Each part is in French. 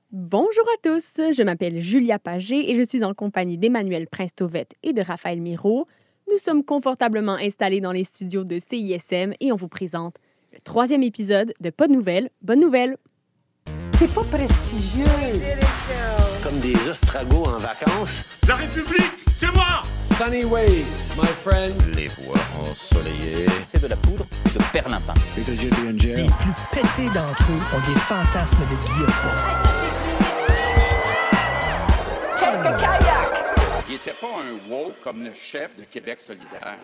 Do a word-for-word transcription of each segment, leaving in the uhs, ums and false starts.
Bonjour à tous, je m'appelle Julia Pagé et je suis en compagnie d'Emmanuel Prince-Tauvette et de Raphaël Miro. Nous sommes confortablement installés dans les studios de C I S M et on vous présente le troisième épisode de Pas de nouvelles, bonne nouvelle. C'est pas prestigieux. Comme des ostragos en vacances. La République, c'est moi! Sunny ways, my friend. Les voies ensoleillées. C'est de la poudre de perlimpin. Les plus pétés d'entre eux ont des fantasmes de guillotine. Check a kayak. Il était pas un woke comme le chef de Québec solidaire.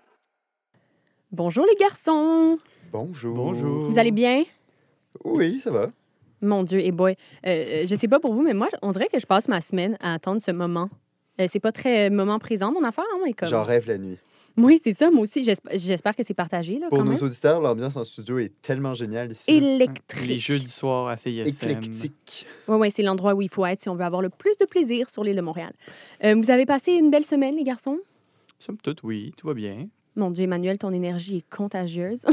Bonjour les garçons. Bonjour. Bonjour. Vous allez bien? Oui, ça va. Mon Dieu, et boy. Euh, je sais pas pour vous, mais moi, on dirait que je passe ma semaine à attendre ce moment. Euh, c'est pas très moment présent, mon affaire, hein, mais comme... J'en rêve la nuit. Oui, c'est ça, moi aussi. J'espère, j'espère que c'est partagé, là, Pour quand nos même. auditeurs, l'ambiance en studio est tellement géniale ici. Électrique. Les jeudis soirs à C I S M. Éclectique. Oui, oui, c'est l'endroit où il faut être si on veut avoir le plus de plaisir sur l'île de Montréal. Euh, vous avez passé une belle semaine, les garçons? Somme toute, oui, tout va bien. Mon Dieu, Emmanuel, ton énergie est contagieuse.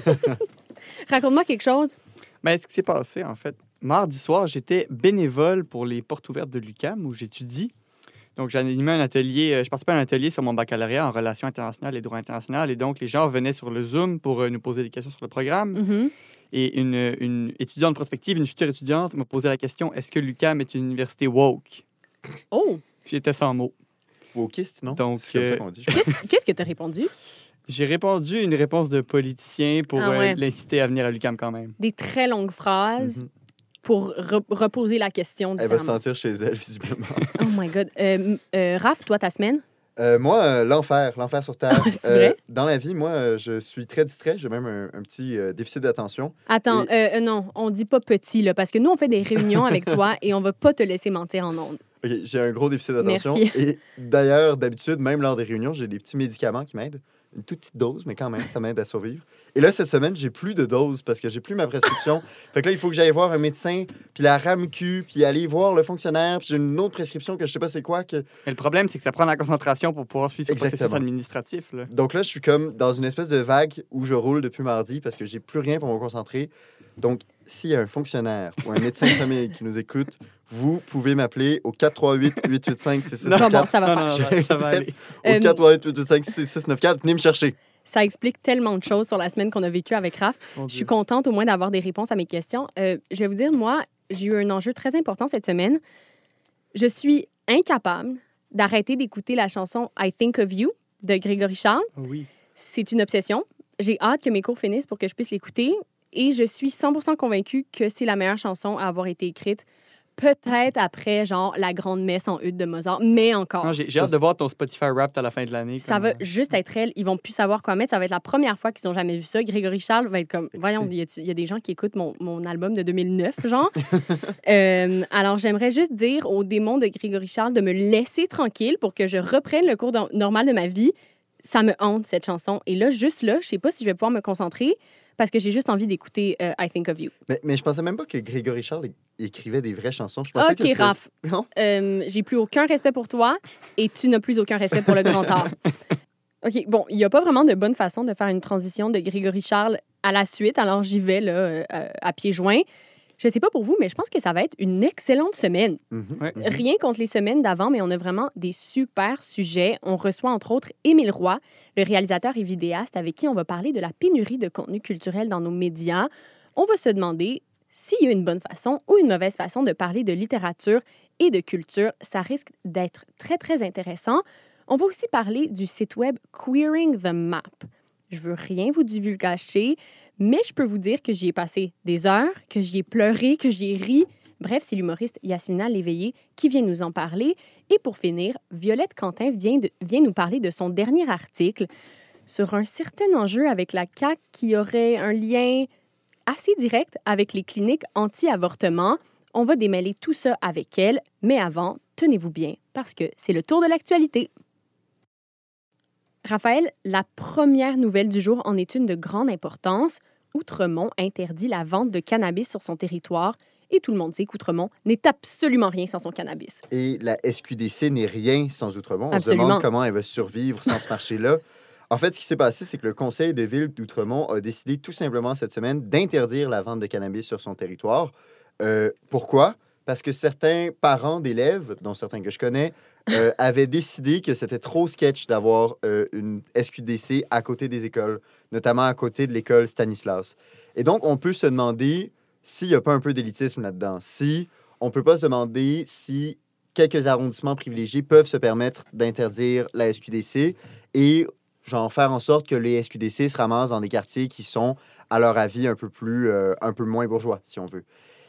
Raconte-moi quelque chose. Ben, ce qui s'est passé, en fait, mardi soir, j'étais bénévole pour les portes ouvertes de l'U Q A M où j'étudie. Donc, j'ai animé un atelier, euh, je participais à un atelier sur mon baccalauréat en relations internationales et droit international. Et donc, les gens venaient sur le Zoom pour euh, nous poser des questions sur le programme. Mm-hmm. Et une, une étudiante prospective, une future étudiante, m'a posé la question, est-ce que l'U Q A M est une université woke? Oh! J'étais sans mots. Wokiste, non? Donc, c'est comme euh, ça qu'on dit. je pense. Qu'est-ce, qu'est-ce que tu as répondu? J'ai répondu une réponse de politicien pour Ah ouais. euh, l'inciter à venir à l'U Q A M quand même. Des très longues phrases Mhm. pour re- reposer la question Elle va se différemment. sentir chez elle, visiblement. Oh my God. Euh, euh, Raph, toi, ta semaine? Euh, moi, euh, l'enfer, l'enfer sur Terre. C'est vrai? Dans la vie, moi, euh, je suis très distrait. J'ai même un, un petit euh, déficit d'attention. Attends, Et- euh, euh, non, on dit pas petit, là, parce que nous, on fait des réunions avec toi et on va pas te laisser mentir en ondes. OK, j'ai un gros déficit d'attention. Merci. Et d'ailleurs, d'habitude, même lors des réunions, j'ai des petits médicaments qui m'aident. Une toute petite dose, mais quand même, ça m'aide à survivre. Et là, cette semaine, j'ai plus de dose parce que j'ai plus ma prescription. Fait que là, il faut que j'aille voir un médecin, puis la RAMQ, puis aller voir le fonctionnaire, puis j'ai une autre prescription que je sais pas c'est quoi. Que... Mais le problème, c'est que ça prend la concentration pour pouvoir suivre ce processus Exactement. administratif. Là. Donc là, je suis comme dans une espèce de vague où je roule depuis mardi parce que j'ai plus rien pour me concentrer. Donc, s'il y a un fonctionnaire ou un médecin de famille qui nous écoute, vous pouvez m'appeler au quatre trois huit, huit huit cinq, six six neuf Non, bon, quatre. ça va Non, faire. non, non, ça va aller. Au Euh, quatre trois huit, huit huit cinq, six six neuf quatre, venez me chercher. Ça explique tellement de choses sur la semaine qu'on a vécue avec Raph. Mon Je suis Dieu. contente au moins d'avoir des réponses à mes questions. Euh, je vais vous dire, moi, j'ai eu un enjeu très important cette semaine. Je suis incapable d'arrêter d'écouter la chanson I Think of You de Grégory Charles. Oui. C'est une obsession. J'ai hâte que mes cours finissent pour que je puisse l'écouter. Et je suis cent pour cent convaincue que c'est la meilleure chanson à avoir été écrite. Peut-être après, genre, la grande messe en hutte de Mozart, mais encore. Non, j'ai, j'ai hâte de voir ton Spotify Wrapped à la fin de l'année. Ça comme, va euh, juste être elle. Ils vont plus savoir quoi mettre. Ça va être la première fois qu'ils n'ont jamais vu ça. Grégory Charles va être comme, voyons, il y, a- il y a des gens qui écoutent mon, mon album de deux mille neuf, genre. Euh, alors, j'aimerais juste dire aux démons de Grégory Charles de me laisser tranquille pour que je reprenne le cours de- normal de ma vie. Ça me hante, cette chanson. Et là, juste là, je sais pas si je vais pouvoir me concentrer parce que j'ai juste envie d'écouter euh, I Think of You. Mais, mais je pensais même pas que Grégory Charles é- écrivait des vraies chansons. Je pensais que OK, c'était- Raph. Non? Euh, j'ai plus aucun respect pour toi et tu n'as plus aucun respect pour le grand art. OK, bon, il n'y a pas vraiment de bonne façon de faire une transition de Grégory Charles à la suite, alors j'y vais là, euh, à pieds joints. Je sais pas pour vous, mais je pense que ça va être une excellente semaine. Mhm, Ouais. mhm. Rien contre les semaines d'avant, mais on a vraiment des super sujets. On reçoit entre autres Émile Roy, le réalisateur et vidéaste avec qui on va parler de la pénurie de contenu culturel dans nos médias. On va se demander s'il y a une bonne façon ou une mauvaise façon de parler de littérature et de culture. Ça risque d'être très, très intéressant. On va aussi parler du site web Queering the Map. Je veux rien vous divulgacher, mais je peux vous dire que j'y ai passé des heures, que j'y ai pleuré, que j'y ai ri. Bref, c'est l'humoriste Yasmina Léveillé qui vient nous en parler. Et pour finir, Violette Quentin vient, de- vient nous parler de son dernier article sur un certain enjeu avec la C A Q qui aurait un lien assez direct avec les cliniques anti-avortement. On va démêler tout ça avec elle, mais avant, tenez-vous bien, parce que c'est le tour de l'actualité. Raphaël, la première nouvelle du jour en est une de grande importance. Outremont interdit la vente de cannabis sur son territoire. Et tout le monde sait qu'Outremont n'est absolument rien sans son cannabis. Et la S Q D C n'est rien sans Outremont. On Absolument. se demande comment elle va survivre sans ce marché-là. En fait, ce qui s'est passé, c'est que le conseil de ville d'Outremont a décidé tout simplement cette semaine d'interdire la vente de cannabis sur son territoire. Euh, pourquoi? parce que certains parents d'élèves, dont certains que je connais, euh, avaient décidé que c'était trop sketch d'avoir euh, une S Q D C à côté des écoles, notamment à côté de l'école Stanislas. Et donc, on peut se demander s'il n'y a pas un peu d'élitisme là-dedans, si on ne peut pas se demander si quelques arrondissements privilégiés peuvent se permettre d'interdire la S Q D C et genre faire en sorte que les S Q D C se ramassent dans des quartiers qui sont, à leur avis, un peu, plus, euh, un peu moins bourgeois, si on veut.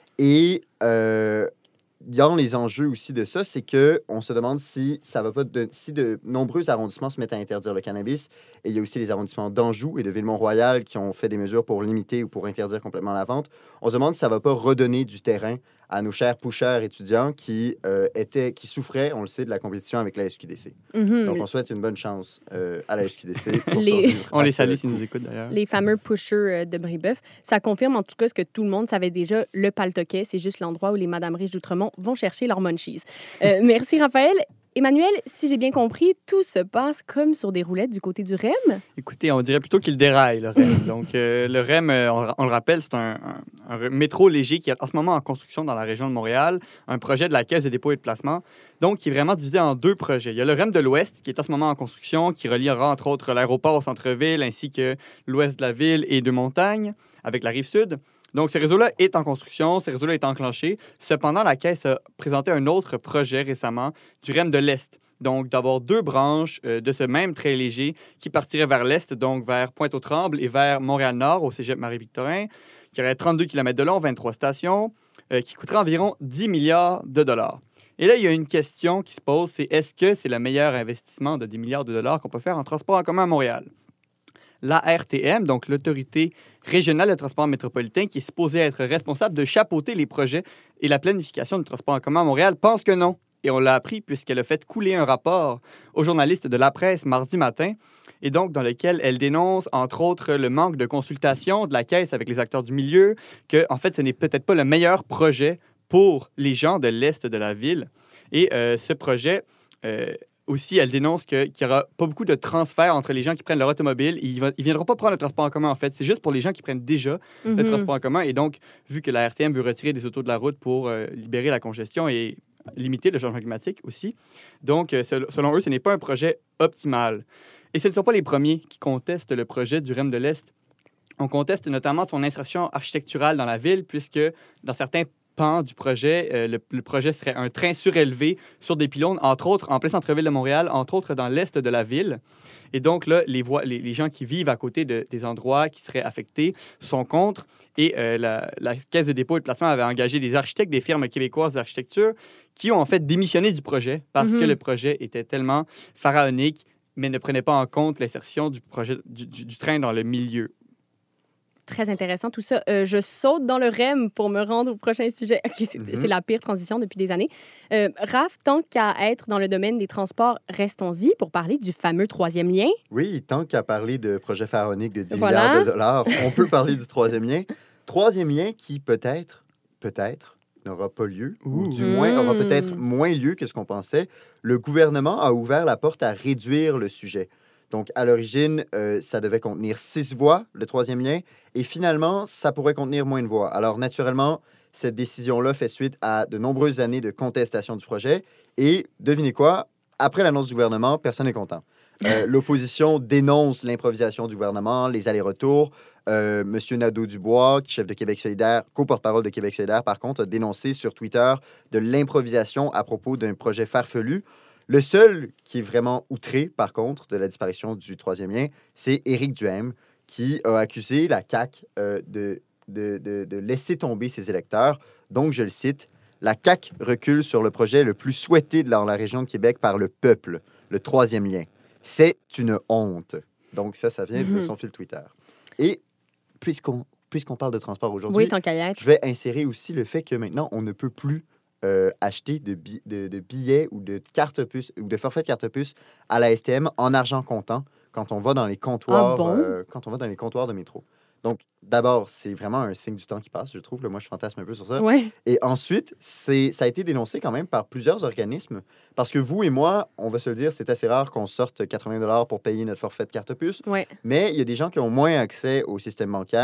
Et euh, dans les enjeux aussi de ça, c'est qu'on se demande si ça va pas de, si de nombreux arrondissements se mettent à interdire le cannabis. Et il y a aussi les arrondissements d'Anjou et de Ville-Mont-Royal qui ont fait des mesures pour limiter ou pour interdire complètement la vente. On se demande si ça va pas redonner du terrain à nos chers pushers étudiants qui, euh, étaient, qui souffraient, on le sait, de la compétition avec la S Q D C. Mm-hmm. Donc, on souhaite une bonne chance euh, à la S Q D C. Pour Les... On les salue s'ils nous écoutent, d'ailleurs. Les fameux pushers de Brébeuf. Ça confirme en tout cas ce que tout le monde savait déjà, le Paltoquet, c'est juste l'endroit où les Madame riches d'Outremont vont chercher leur munchies. Euh, merci, Raphaël. Emmanuel, si j'ai bien compris, tout se passe comme sur des roulettes du côté du R E M. Écoutez, on dirait plutôt qu'il déraille, le R E M. Donc, euh, le R E M, euh, on, on le rappelle, c'est un, un, un métro léger qui est en ce moment en construction dans la région de Montréal, un projet de la Caisse de dépôt et de placement, donc qui est vraiment divisé en deux projets. Il y a le R E M de l'Ouest, qui est en ce moment en construction, qui reliera entre autres l'aéroport au centre-ville, ainsi que l'ouest de la ville et de Montagne, avec la rive sud. Donc, ce réseau-là est en construction, ce réseau-là est enclenché. Cependant, la Caisse a présenté un autre projet récemment du R E M de l'Est. Donc, d'avoir deux branches euh, de ce même très léger qui partiraient vers l'Est, donc vers Pointe-aux-Trembles et vers Montréal-Nord, au cégep Marie-Victorin, qui aurait trente-deux kilomètres de long, vingt-trois stations, euh, qui coûterait environ dix milliards de dollars. Et là, il y a une question qui se pose, c'est est-ce que c'est le meilleur investissement de dix milliards de dollars qu'on peut faire en transport en commun à Montréal? L'A R T M, donc l'Autorité régionale de transport métropolitain, qui est supposée être responsable de chapeauter les projets et la planification du transport en commun à Montréal, pense que non. Et on l'a appris puisqu'elle a fait couler un rapport aux journalistes de la presse mardi matin, et donc dans lequel elle dénonce, entre autres, le manque de consultation de la Caisse avec les acteurs du milieu, que, en fait, ce n'est peut-être pas le meilleur projet pour les gens de l'Est de la ville. Et euh, ce projet... Euh, Aussi, elle dénonce que, qu'il n'y aura pas beaucoup de transferts entre les gens qui prennent leur automobile. Ils ne viendront pas prendre le transport en commun, en fait. C'est juste pour les gens qui prennent déjà mm-hmm. le transport en commun. Et donc, vu que la R T M veut retirer des autos de la route pour euh, libérer la congestion et limiter le changement climatique aussi, donc, euh, selon eux, ce n'est pas un projet optimal. Et ce ne sont pas les premiers qui contestent le projet du R E M de l'Est. On conteste notamment son insertion architecturale dans la ville, puisque dans certains du projet. Euh, le, le projet serait un train surélevé sur des pylônes, entre autres en plein centre-ville de Montréal, entre autres dans l'est de la ville. Et donc là, les, voies, les, les gens qui vivent à côté de, des endroits qui seraient affectés sont contre. Et euh, la, la Caisse de dépôt et de placement avait engagé des architectes, des firmes québécoises d'architecture qui ont en fait démissionné du projet parce mm-hmm. que le projet était tellement pharaonique, mais ne prenait pas en compte l'insertion du, projet, du, du, du train dans le milieu. Très intéressant tout ça. Euh, je saute dans le R E M pour me rendre au prochain sujet. Okay, c'est, mm-hmm. c'est la pire transition depuis des années. Euh, Raph, tant qu'à être dans le domaine des transports, restons-y pour parler du fameux troisième lien. Oui, tant qu'à parler de projet pharaonique de dix voilà. milliards de dollars, on peut parler du troisième lien. Troisième lien qui peut-être, peut-être, n'aura pas lieu, Ouh. ou du mmh. moins aura peut-être moins lieu que ce qu'on pensait. Le gouvernement a ouvert la porte à réduire le sujet. Donc, à l'origine, euh, ça devait contenir six voies, le troisième lien, et finalement, ça pourrait contenir moins de voies. Alors, naturellement, cette décision-là fait suite à de nombreuses années de contestation du projet. Et, devinez quoi? Après l'annonce du gouvernement, personne n'est content. Euh, l'opposition dénonce l'improvisation du gouvernement, les allers-retours. Euh, Monsieur Nadeau-Dubois, chef de Québec solidaire, co-porte-parole de Québec solidaire, par contre, a dénoncé sur Twitter de l'improvisation à propos d'un projet farfelu. Le seul qui est vraiment outré, par contre, de la disparition du troisième lien, c'est Éric Duhaime, qui a accusé la C A Q euh, de, de, de, de laisser tomber ses électeurs. Donc, je le cite, « La C A Q recule sur le projet le plus souhaité dans la région de Québec par le peuple, le troisième lien. C'est une honte. » Donc, ça, ça vient mm-hmm. de son fil Twitter. Et puisqu'on, puisqu'on parle de transport aujourd'hui, oui, tant qu'à y être. Je vais insérer aussi le fait que maintenant, on ne peut plus Euh, acheter de, bi- de, de billets ou de cartes puces ou de forfaits de carte puce à la S T M en argent comptant quand on va dans les comptoirs, ah bon? euh, quand on va dans les comptoirs de métro. Donc, d'abord, c'est vraiment un signe du temps qui passe, je trouve. Là, moi, je fantasme un peu sur ça. Ouais. Et ensuite, c'est, ça a été dénoncé quand même par plusieurs organismes parce que vous et moi, on va se le dire, c'est assez rare qu'on sorte quatre-vingts dollars pour payer notre forfait de carte puce. Ouais. Mais il y a des gens qui ont moins accès au système bancaire,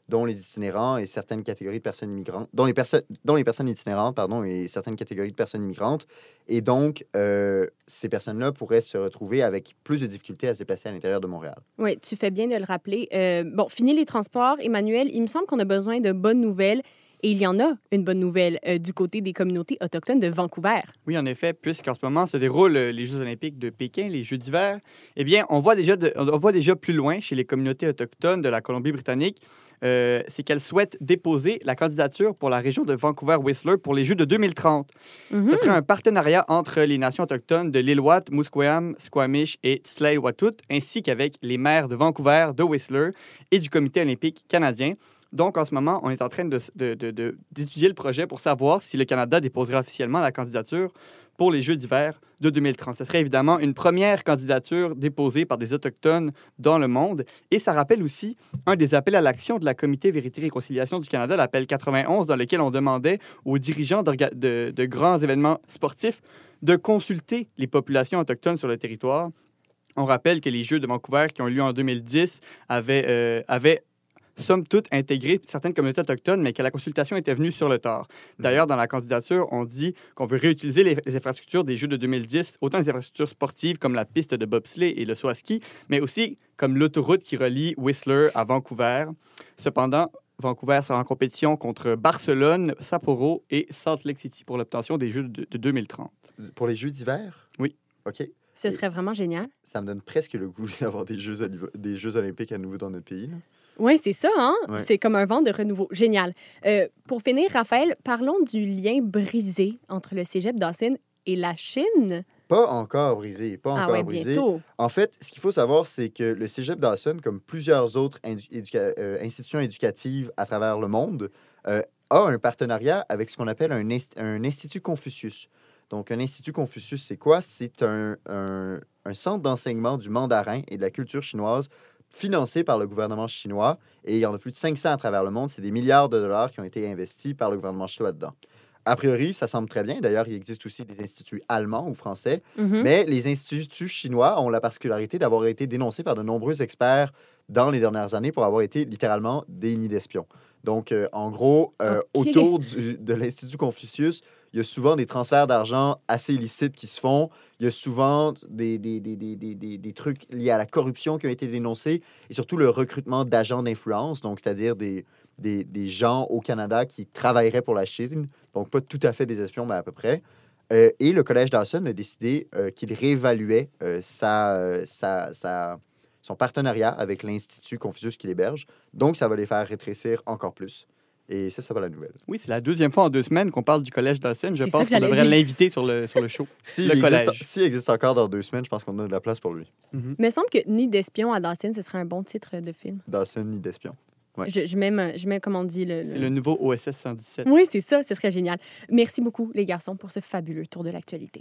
dont les itinérants et certaines catégories de personnes immigrantes, dont les, perso- dont les personnes itinérantes pardon, et certaines catégories de personnes immigrantes. Et donc, euh, ces personnes-là pourraient se retrouver avec plus de difficultés à se déplacer à l'intérieur de Montréal. Oui, tu fais bien de le rappeler. Euh, bon, fini les transports. Emmanuel, il me semble qu'on a besoin de bonnes nouvelles. Et il y en a une bonne nouvelle euh, du côté des communautés autochtones de Vancouver. Oui, en effet, puisqu'en ce moment se déroulent euh, les Jeux olympiques de Pékin, les Jeux d'hiver, eh bien, on voit déjà, de, on voit déjà plus loin chez les communautés autochtones de la Colombie-Britannique, euh, c'est qu'elles souhaitent déposer la candidature pour la région de Vancouver-Whistler pour les Jeux de deux mille trente. Mm-hmm. Ce serait un partenariat entre les nations autochtones de l'Inuit, Musqueam, Squamish et Tsleil-Waututh, ainsi qu'avec les maires de Vancouver, de Whistler et du Comité olympique canadien. Donc, en ce moment, on est en train de, de, de, de, d'étudier le projet pour savoir si le Canada déposera officiellement la candidature pour les Jeux d'hiver de deux mille trente. Ce serait évidemment une première candidature déposée par des Autochtones dans le monde. Et ça rappelle aussi un des appels à l'action de la Comité Vérité et Réconciliation du Canada, l'appel quatre-vingt-onze, dans lequel on demandait aux dirigeants de, de, de grands événements sportifs de consulter les populations autochtones sur le territoire. On rappelle que les Jeux de Vancouver qui ont eu lieu en deux mille dix avaient... Euh, avaient somme toute intégré certaines communautés autochtones, mais que la consultation était venue sur le tard. D'ailleurs, dans la candidature, on dit qu'on veut réutiliser les, les infrastructures des Jeux de deux mille dix, autant les infrastructures sportives comme la piste de bobsleigh et le saut à ski, mais aussi comme l'autoroute qui relie Whistler à Vancouver. Cependant, Vancouver sera en compétition contre Barcelone, Sapporo et Salt Lake City pour l'obtention des Jeux de, de deux mille trente. Pour les Jeux d'hiver? Oui. OK. Ce serait vraiment génial. Ça me donne presque le goût d'avoir des Jeux, des Jeux olympiques à nouveau dans notre pays, là. Oui, c'est ça, hein? Ouais. C'est comme un vent de renouveau. Génial. Euh, pour finir, Raphaël, parlons du lien brisé entre le cégep Dawson et la Chine. Pas encore brisé, pas ah encore ouais, brisé. Bientôt. En fait, ce qu'il faut savoir, c'est que le cégep Dawson, comme plusieurs autres indu- éduca- euh, institutions éducatives à travers le monde, euh, a un partenariat avec ce qu'on appelle un, inst- un institut Confucius. Donc, un institut Confucius, c'est quoi? C'est un, un, un centre d'enseignement du mandarin et de la culture chinoise financé par le gouvernement chinois, et il y en a plus de cinq cents à travers le monde. C'est des milliards de dollars qui ont été investis par le gouvernement chinois dedans. A priori, ça semble très bien. D'ailleurs, il existe aussi des instituts allemands ou français, Mm-hmm. mais les instituts chinois ont la particularité d'avoir été dénoncés par de nombreux experts dans les dernières années pour avoir été littéralement des nids d'espions. Donc, euh, en gros, euh, Ok. autour du, de l'Institut Confucius, il y a souvent des transferts d'argent assez illicites qui se font. Il y a souvent des, des, des, des, des, des, des trucs liés à la corruption qui ont été dénoncés et surtout le recrutement d'agents d'influence, donc c'est-à-dire des, des, des gens au Canada qui travailleraient pour la Chine, donc pas tout à fait des espions, mais à peu près. Euh, et le Collège Dawson a décidé euh, qu'il réévaluait euh, sa, euh, sa, sa, son partenariat avec l'Institut Confucius qui l'héberge. Donc, ça va les faire rétrécir encore plus. Et ça, ça va la nouvelle. Oui, c'est la deuxième fois en deux semaines qu'on parle du Collège Dawson. Je C'est ça pense que qu'on j'allais devrait dire. l'inviter sur le, sur le show. S'il Le existe, collège. s'il existe encore dans deux semaines, je pense qu'on a de la place pour lui. Il me semble que Nid d'espion à Dawson, ce serait un bon titre de film. Dawson, ni d'espion. Ouais. Je, je, mets, je mets, comme on dit, le... le- C'est le nouveau O S S cent dix-sept. Oui, c'est ça. Ce serait génial. Merci beaucoup, les garçons, pour ce fabuleux tour de l'actualité.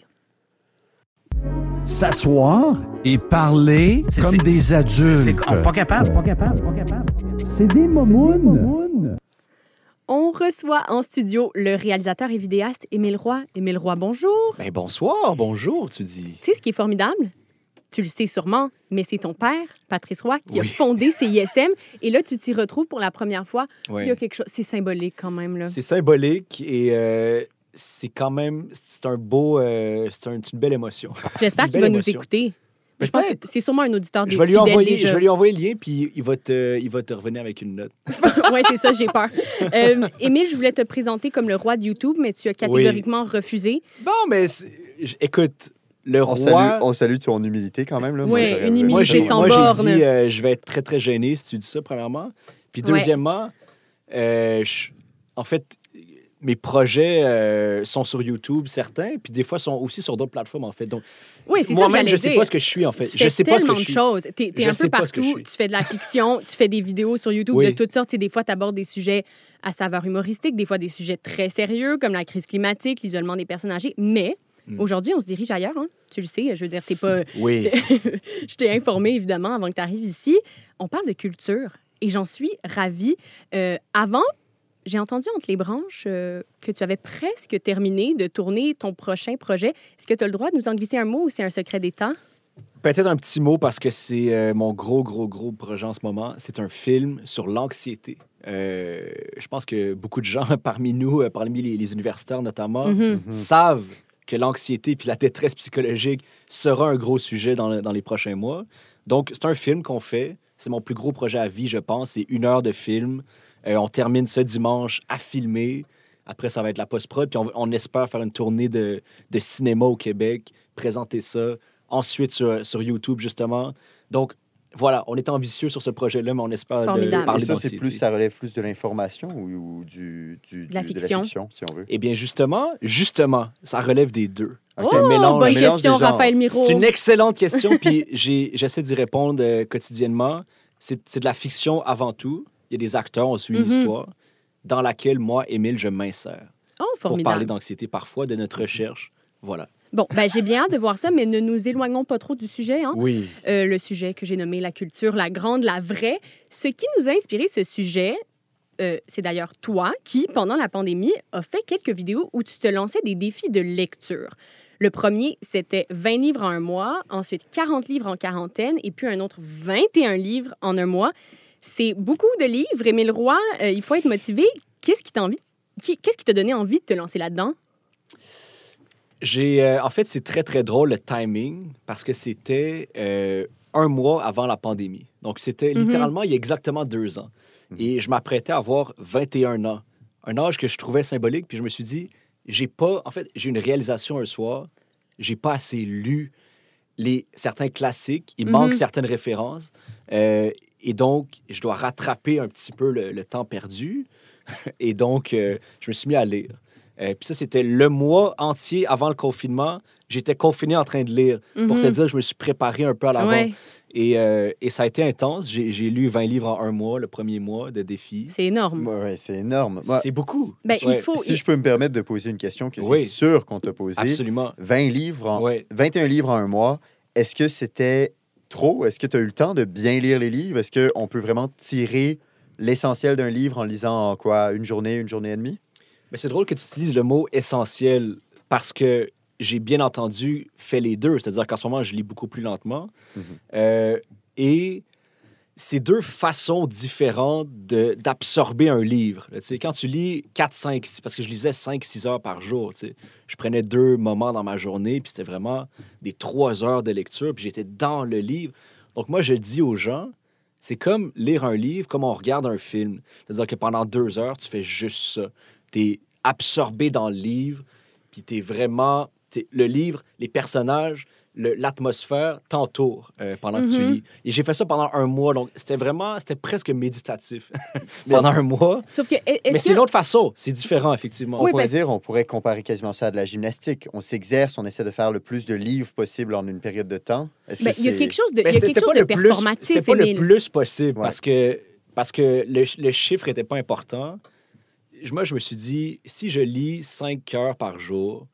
S'asseoir et parler C'est- comme c'est- des c'est- adultes. c'est- on- pas capable, pas capable, pas capable. C'est des momounes. On reçoit en studio le réalisateur et vidéaste Émile Roy. Émile Roy, bonjour. Ben bonsoir, bonjour, tu dis. Tu sais ce qui est formidable? Tu le sais sûrement, mais c'est ton père, Patrice Roy, qui Oui. a fondé C I S M. Et là, tu t'y retrouves pour la première fois. Oui. Il y a quelque chose... C'est symbolique quand même, là. C'est symbolique et euh, c'est quand même, c'est un beau, euh, c'est un- c'est une belle émotion. J'espère C'est une qu'il va belle nous émotion. écouter. Je pense que Peut-être. c'est sûrement un auditeur Je vais, lui fidèle envoyer, déjà. je vais lui envoyer le lien, puis il va te, il va te revenir avec une note. Oui, c'est ça, j'ai peur. Euh, Émile, je voulais te présenter comme le roi de YouTube, mais tu as catégoriquement refusé. Bon, mais c'est- j- écoute, le On roi... salue, on salue ton humilité quand même. Là. Oui, Moi, j'aurais- une humilité Moi, j'ai, sans moi, borne. j'ai dit, euh, je vais être très, très gêné si tu dis ça, premièrement. Puis Ouais. deuxièmement, euh, je- en fait, mes projets euh, sont sur YouTube, certains, puis des fois sont aussi sur d'autres plateformes, en fait. Donc, Oui, c'est ça que moi-même, j'allais je sais dire. pas ce que je suis, en fait. Tu Je fais sais pas ce tellement que je de suis. choses. T'es, t'es Je un sais peu pas ce que je partout. suis. Tu fais de la fiction, tu fais des vidéos sur YouTube Oui. de toutes sortes. Tu sais, des fois, tu abordes des sujets à saveur humoristique, des fois des sujets très sérieux, comme la crise climatique, l'isolement des personnes âgées. Mais Mm. aujourd'hui, on se dirige ailleurs. Hein? Tu le sais, je veux dire, t'es pas... Oui. Je t'ai informé, évidemment, avant que tu arrives ici. On parle de culture et j'en suis ravie. Euh, avant, j'ai entendu entre les branches euh, que tu avais presque terminé de tourner ton prochain projet. Est-ce que tu as le droit de nous en glisser un mot ou c'est un secret d'État? Peut-être un petit mot parce que c'est euh, mon gros, gros, gros projet en ce moment. C'est un film sur l'anxiété. Euh, je pense que beaucoup de gens parmi nous, euh, parmi les, les universitaires notamment, Mhm. mm-hmm. savent que l'anxiété puis la détresse psychologique sera un gros sujet dans, le- dans les prochains mois. Donc, c'est un film qu'on fait. C'est mon plus gros projet à vie, je pense. C'est une heure de film. Euh, on termine ce dimanche à filmer. Après, ça va être la post-prod. Puis on, on espère faire une tournée de, de cinéma au Québec, présenter ça. Ensuite, sur, sur YouTube, justement. Donc, voilà, on est ambitieux sur ce projet-là, mais on espère de Formidable. parler Et ça, c'est d'anxiété. plus, ça relève plus de l'information ou, ou du, du, De la du- fiction. si on veut. Eh bien, justement, justement, ça relève des deux. Ah, Oh, c'est un mélange, bonne un mélange question, des genres. Raphaël Miro. C'est une excellente question, puis j'ai- j'essaie d'y répondre euh, quotidiennement. C'est c'est de la fiction avant tout. Il y a des acteurs, on suit une Mhm. histoire dans laquelle moi, Émile, je m'insère Oh, pour formidable. parler d'anxiété parfois, de notre recherche. Voilà. Bon, ben, j'ai bien hâte de voir ça, mais ne nous éloignons pas trop du sujet. Hein? Oui. Euh, le sujet que j'ai nommé la culture, la grande, la vraie. Ce qui nous a inspiré ce sujet, euh, c'est d'ailleurs toi qui, pendant la pandémie, a fait quelques vidéos où tu te lançais des défis de lecture. Le premier, c'était vingt livres en un mois, ensuite quarante livres en quarantaine, et puis un autre vingt et un livres en un mois. C'est beaucoup de livres. Émile Roy, euh, il faut être motivé. Qu'est-ce qui t'a envie... qui- Qu'est-ce qui t'a donné envie de te lancer là-dedans? J'ai, euh, en fait, c'est très, très drôle le timing parce que c'était euh, un mois avant la pandémie. Donc, c'était Mhm. littéralement il y a exactement deux ans. Et je m'apprêtais à avoir vingt et un ans. Un âge que je trouvais symbolique. Puis je me suis dit, j'ai pas... En fait, j'ai une réalisation un soir. J'ai pas assez lu les, certains classiques. Il Mhm. manque certaines références. Euh, et donc, je dois rattraper un petit peu le, le temps perdu. Et donc, euh, je me suis mis à lire. Euh, Puis ça, c'était le mois entier avant le confinement. J'étais confiné en train de lire. Pour te Mhm. dire, je me suis préparé un peu à l'avant. Ouais. Et, euh, et ça a été intense. J'ai j'ai lu vingt livres en un mois, le premier mois de défi. C'est énorme. Oui, c'est énorme. Moi, C'est beaucoup. Ben, Ouais, il faut... si je peux me permettre de poser une question que Oui. c'est sûr qu'on t'a posée. Absolument. vingt livres, en, Ouais. vingt et un livres en un mois. Est-ce que c'était trop? Est-ce que tu as eu le temps de bien lire les livres? Est-ce qu'on peut vraiment tirer l'essentiel d'un livre en lisant en quoi? Une journée, une journée et demie? Mais c'est drôle que tu utilises le mot essentiel parce que j'ai bien entendu fait les deux. C'est-à-dire qu'en ce moment, je lis beaucoup plus lentement. Mhm. Euh, et c'est deux façons différentes de- d'absorber un livre. Tu sais, quand tu lis quatre, cinq, six, parce que je lisais cinq, six heures par jour, tu sais, je prenais deux moments dans ma journée, puis c'était vraiment des trois heures de lecture, puis j'étais dans le livre. Donc moi, je dis aux gens, c'est comme lire un livre, comme on regarde un film. C'est-à-dire que pendant deux heures, tu fais juste ça. Tu es absorbé dans le livre, puis tu es vraiment... t'es- le livre, les personnages, le- l'atmosphère t'entoure euh, pendant que tu Mhm. lis. Et j'ai fait ça pendant un mois, donc c'était vraiment... C'était presque méditatif pendant un mois. Sauf que... est- Mais est-ce c'est que... une autre façon. C'est différent, effectivement. On Oui, pourrait parce- dire, on pourrait comparer quasiment ça à de la gymnastique. On s'exerce, on essaie de faire le plus de livres possible en une période de temps. Est-ce Ben, que il y a c'est- quelque chose de, il y Mais a c'était quelque chose pas de le plus- performatif, C'était pas le Émile. plus possible Ouais. parce que, parce que le, le chiffre n'était pas important. Moi, je me suis dit, si je lis cinq heures par jour,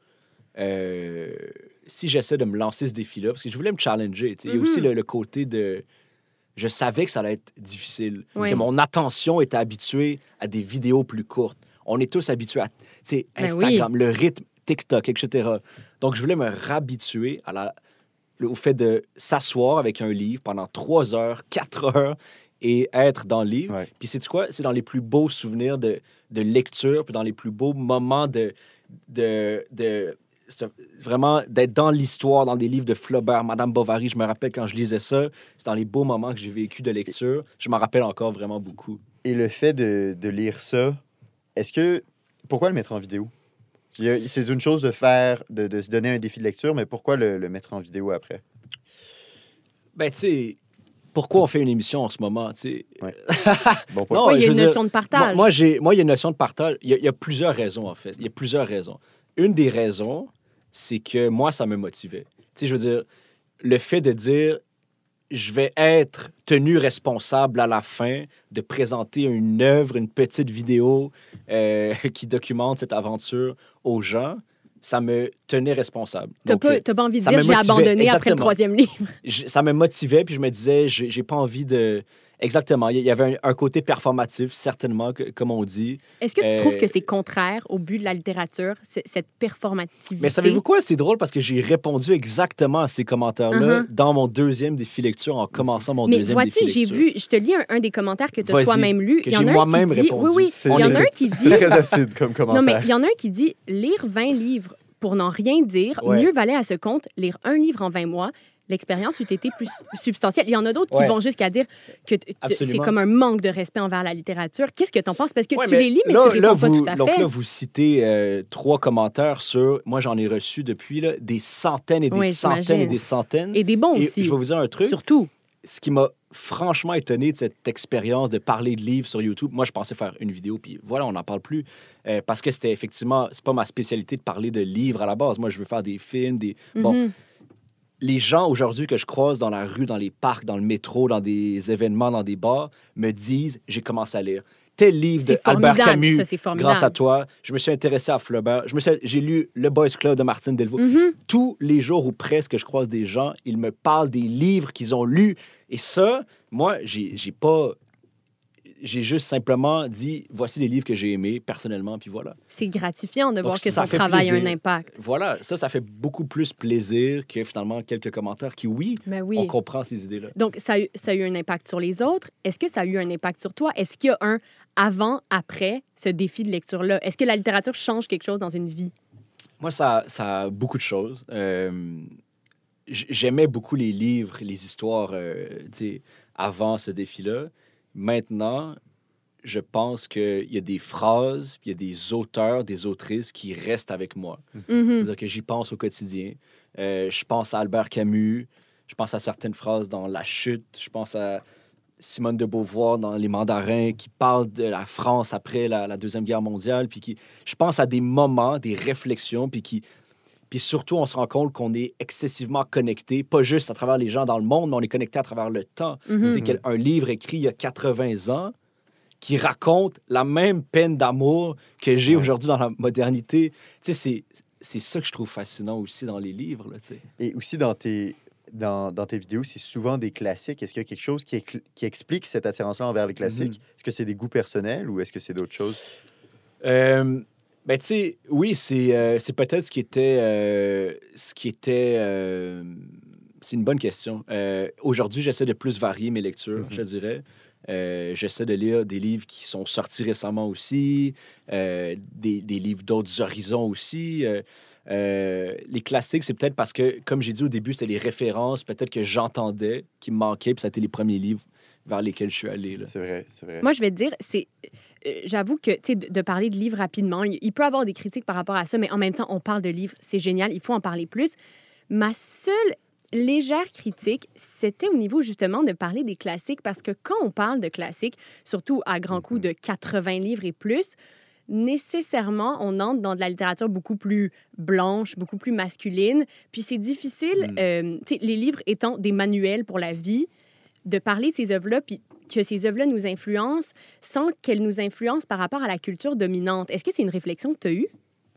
euh, si j'essaie de me lancer ce défi-là, parce que je voulais me challenger, tu sais, il y a aussi Mhm. le, le côté de... Je savais que ça allait être difficile, Oui. que mon attention était habituée à des vidéos plus courtes. On est tous habitués à, tu sais, Ben Instagram, le rythme, TikTok, et cetera. Donc, je voulais me réhabituer à la, le- au fait de s'asseoir avec un livre pendant trois heures, quatre heures et être dans le livre. Ouais. Puis, c'est quoi? C'est dans les plus beaux souvenirs de, de lecture, puis dans les plus beaux moments de... de, de c'est vraiment d'être dans l'histoire, dans des livres de Flaubert, Madame Bovary. Je me rappelle quand je lisais ça, c'est dans les beaux moments que j'ai vécu de lecture. Je m'en rappelle encore vraiment beaucoup. Et le fait de, de lire ça, est-ce que... Pourquoi le mettre en vidéo? Il y a- C'est une chose de faire, de, de se donner un défi de lecture, mais pourquoi le, le mettre en vidéo après? Ben, tu sais, pourquoi on fait une émission en ce moment, tu sais? Ouais. Bon point. Non, Oui, il y a je une veux notion dire, de partage. Moi, moi, j'ai, moi, il y a une notion de partage. Il y, a, il y a plusieurs raisons, en fait. Il y a plusieurs raisons. Une des raisons, c'est que moi, ça me motivait. Tu sais, je veux dire, le fait de dire, je vais être tenu responsable à la fin de présenter une œuvre, une petite vidéo euh, qui documente cette aventure aux gens, ça me tenait responsable. T'as Donc, pas, euh, t'as pas envie de ça dire me j'ai motivait, abandonné après le exactement. troisième livre. je- ça me motivait, puis je me disais, j'ai j'ai pas envie de Exactement. Il y avait un, un côté performatif, certainement, que, comme on dit. Est-ce que tu Euh, trouves que c'est contraire au but de la littérature, c- cette performativité? Mais savez-vous quoi? C'est drôle parce que j'ai répondu exactement à ces commentaires-là Uh-huh. dans mon deuxième défi lecture, en commençant mon Mais deuxième vois-tu, défi j'ai lecture. vu, je te lis un, un des commentaires que tu as Vas-y, toi-même lu. que Il y en j'ai a un moi-même qui dit, répondu. oui, oui, C'est- il y en a un qui dit, C'est très acide comme commentaire. non, mais il y en a un qui dit, lire vingt livres pour n'en rien dire, Ouais. mieux valait à ce compte lire un livre en vingt mois. L'expérience eût été plus substantielle. Il y en a d'autres qui Ouais. vont jusqu'à dire que t- t- c'est Absolument. comme un manque de respect envers la littérature. Qu'est-ce que tu en penses? Parce que Ouais, tu mais les lis, mais là, tu réponds là, pas vous, tout à donc fait. là, vous citez euh, trois commentaires sur... Moi, j'en ai reçu depuis là, des centaines et des Oui, centaines j'imagine. et des centaines. Et des bons Et aussi. je vais vous dire un truc. Surtout. Ce qui m'a franchement étonné de cette expérience de parler de livres sur YouTube, moi, je pensais faire une vidéo, puis voilà, on n'en parle plus. Euh, parce que c'était effectivement... C'est pas ma spécialité de parler de livres à la base. Moi, je veux faire des films, des... Bon... Mhm. Les gens aujourd'hui que je croise dans la rue, dans les parcs, dans le métro, dans des événements, dans des bars, me disent j'ai commencé à lire tel livre de C'est Albert formidable, Camus. ça, c'est formidable. Grâce à toi, je me suis intéressé à Flaubert. Je me suis, j'ai lu Le Boys Club de Martine Delvaux. Mhm. Tous les jours ou presque, je croise des gens, ils me parlent des livres qu'ils ont lus. Et ça, moi, j'ai, j'ai pas. J'ai juste simplement dit voici les livres que j'ai aimés personnellement, puis voilà. C'est gratifiant de Donc, voir que ça son fait travail a plaisir. un impact. Voilà, ça, ça fait beaucoup plus plaisir que finalement quelques commentaires qui, oui, Ben oui. on comprend ces idées-là. Donc, ça a, eu, ça a eu un impact sur les autres. Est-ce que ça a eu un impact sur toi? Est-ce qu'il y a un avant, après ce défi de lecture-là? Est-ce que la littérature change quelque chose dans une vie? Moi, ça, ça a beaucoup de choses. Euh, j- j'aimais beaucoup les livres, les histoires, euh, tu sais, avant ce défi-là. Maintenant, je pense qu'il y a des phrases, puis il y a des auteurs, des autrices qui restent avec moi. Mhm. C'est-à-dire que j'y pense au quotidien. Euh, je pense à Albert Camus, je pense à certaines phrases dans La Chute, je pense à Simone de Beauvoir dans Les Mandarins qui parle de la France après la, la Deuxième Guerre mondiale, puis qui, je pense à des moments, des réflexions, puis qui, puis surtout, on se rend compte qu'on est excessivement connecté, pas juste à travers les gens dans le monde, mais on est connecté à travers le temps. Mhm. C'est qu'un livre écrit il y a quatre-vingts ans qui raconte la même peine d'amour que j'ai aujourd'hui dans la modernité. Tu sais, c'est, c'est ça que je trouve fascinant aussi dans les livres, là, tu sais. Et aussi dans tes, dans, dans tes vidéos, c'est souvent des classiques. Est-ce qu'il y a quelque chose qui, écl- qui explique cette attirance-là envers les classiques? Mhm. Est-ce que c'est des goûts personnels ou est-ce que c'est d'autres choses? Euh, ben, tu sais, oui, c'est, euh, c'est peut-être ce qui était... euh, ce qui était euh, c'est une bonne question. Euh, aujourd'hui, j'essaie de plus varier mes lectures, Mhm. je dirais. Euh, j'essaie de lire des livres qui sont sortis récemment aussi, euh, des, des livres d'autres horizons aussi. Euh, euh, les classiques, c'est peut-être parce que, comme j'ai dit au début, c'était les références, peut-être que j'entendais, qui me manquaient, puis ça a été les premiers livres vers lesquels je suis allé, là. C'est vrai, c'est vrai. Moi, je vais te dire, c'est. euh, J'avoue que, tu sais, de, de parler de livres rapidement, il, il peut y avoir des critiques par rapport à ça, mais en même temps, on parle de livres, c'est génial, il faut en parler plus. Ma seule légère critique, c'était au niveau justement de parler des classiques, parce que quand on parle de classiques, surtout à grands coups de quatre-vingts livres et plus, nécessairement, on entre dans de la littérature beaucoup plus blanche, beaucoup plus masculine. Puis c'est difficile, Mm. euh, tu sais, les livres étant des manuels pour la vie, de parler de ces œuvres-là, puis que ces œuvres-là nous influencent sans qu'elles nous influencent par rapport à la culture dominante. Est-ce que c'est une réflexion que tu as eue?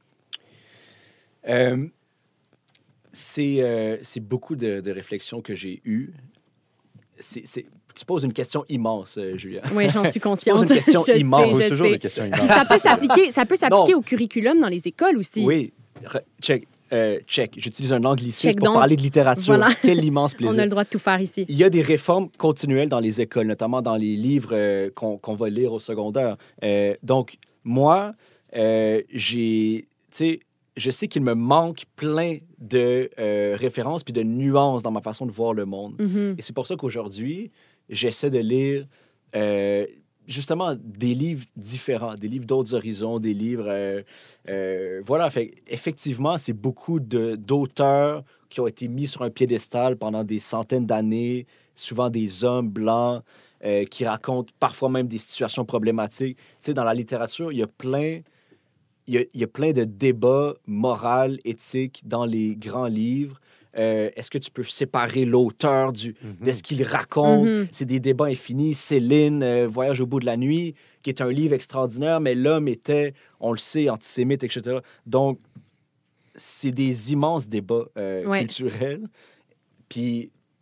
Euh, c'est, euh, c'est beaucoup de, de réflexions que j'ai eues. C'est, c'est- tu poses une question immense, euh, Julia. Oui, j'en suis Tu poses consciente. une question Je sais, immense. On pose je toujours sais. des questions Puis immenses. ça peut s'appliquer, ça peut s'appliquer Non. au curriculum dans les écoles aussi. Oui, Re- check. euh, check. J'utilise un anglicisme Check pour donc. parler de littérature. Voilà. Quel immense plaisir. On a le droit de tout faire ici. Il y a des réformes continuelles dans les écoles, notamment dans les livres euh, qu'on, qu'on va lire au secondaire. Euh, donc, moi, euh, j'ai, tu sais, je sais qu'il me manque plein de euh, références puis de nuances dans ma façon de voir le monde. Mhm. Et c'est pour ça qu'aujourd'hui, j'essaie de lire euh, justement des livres différents, des livres d'autres horizons, des livres... euh, euh, voilà, fait, effectivement, c'est beaucoup de, d'auteurs qui ont été mis sur un piédestal pendant des centaines d'années, souvent des hommes blancs euh, qui racontent parfois même des situations problématiques. Tu sais, dans la littérature, il y a plein... Il y a, il y a plein de débats moraux, éthiques dans les grands livres. Euh, est-ce que tu peux séparer l'auteur du, de ce qu'il raconte? Mhm. C'est des débats infinis. Céline, euh, Voyage au bout de la nuit, qui est un livre extraordinaire, mais l'homme était, on le sait, antisémite, et cetera. Donc, c'est des immenses débats euh, Ouais. culturels. Puis,